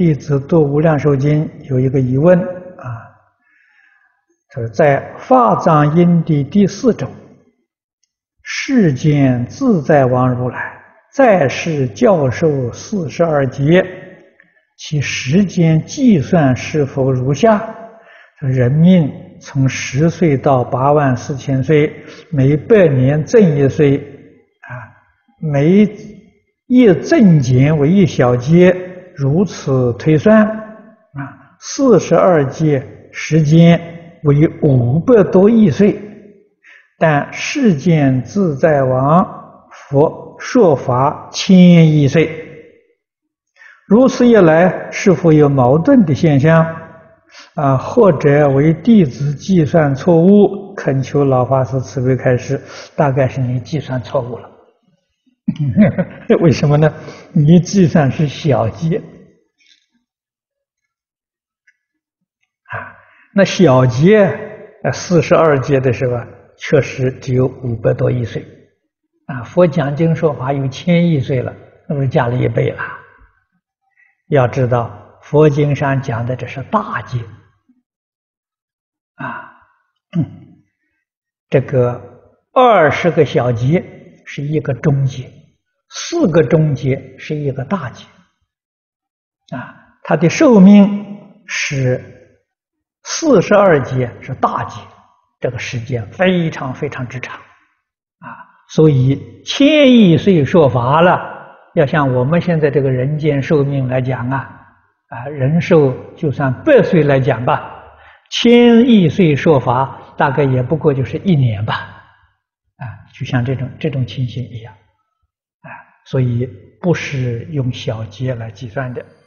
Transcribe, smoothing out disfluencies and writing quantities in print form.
弟子读《无量寿经》有一个疑问啊，说在法藏因地第4种，世间自在王如来在世教授42劫，其时间计算是否如下？人命从10岁到84000岁，每100年增1岁每一增减为1小节，如此推算42届时间为500多亿岁，但世间自在王佛说法1000亿岁。如此一来，是否有矛盾的现象？或者为弟子计算错误？恳求老法师慈悲开示。大概是你计算错误了。为什么呢？你计算是小节那小节42节的时候确实只有500多亿岁佛讲经说法有1000亿岁了，那不是加了1倍了。要知道佛经上讲的这是大劫这个20个小节是一个中节，4个中节是一个大节它的寿命是42节是大节，这个时间非常非常之长所以1000亿岁说法了，要像我们现在这个人间寿命来讲人寿就算100岁来讲吧，1000亿岁说法大概也不过就是1年吧就像这种情形一样所以不是用小节来计算的。